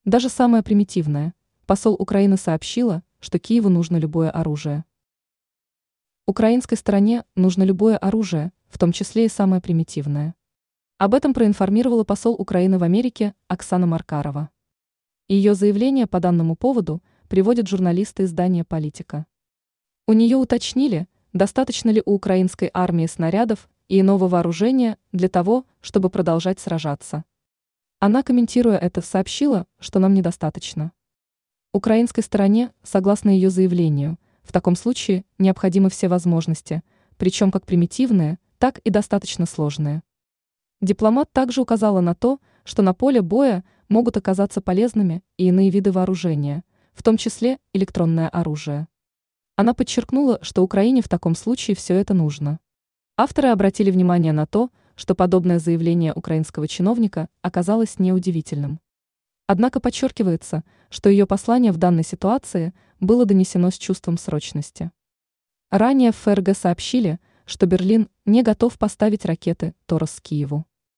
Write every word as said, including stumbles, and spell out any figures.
Даже самое примитивное. Посол Украины сообщила, что Киеву нужно любое оружие. Украинской стороне нужно любое оружие, в том числе и самое примитивное. Об этом проинформировала посол Украины в Америке Оксана Маркарова. Ее заявление по данному поводу приводят журналисты издания «Политика». У нее уточнили, достаточно ли у украинской армии снарядов и иного вооружения для того, чтобы продолжать сражаться. Она, комментируя это, сообщила, что нам недостаточно. Украинской стороне, согласно ее заявлению, в таком случае необходимы все возможности, причем как примитивные, так и достаточно сложные. Дипломат также указала на то, что на поле боя могут оказаться полезными и иные виды вооружения, в том числе электронное оружие. Она подчеркнула, что Украине в таком случае все это нужно. Авторы обратили внимание на то, что подобное заявление украинского чиновника оказалось неудивительным. Однако подчеркивается, что ее послание в данной ситуации было донесено с чувством срочности. Ранее в ФРГ сообщили, что Берлин не готов поставить ракеты «Торос» Киеву.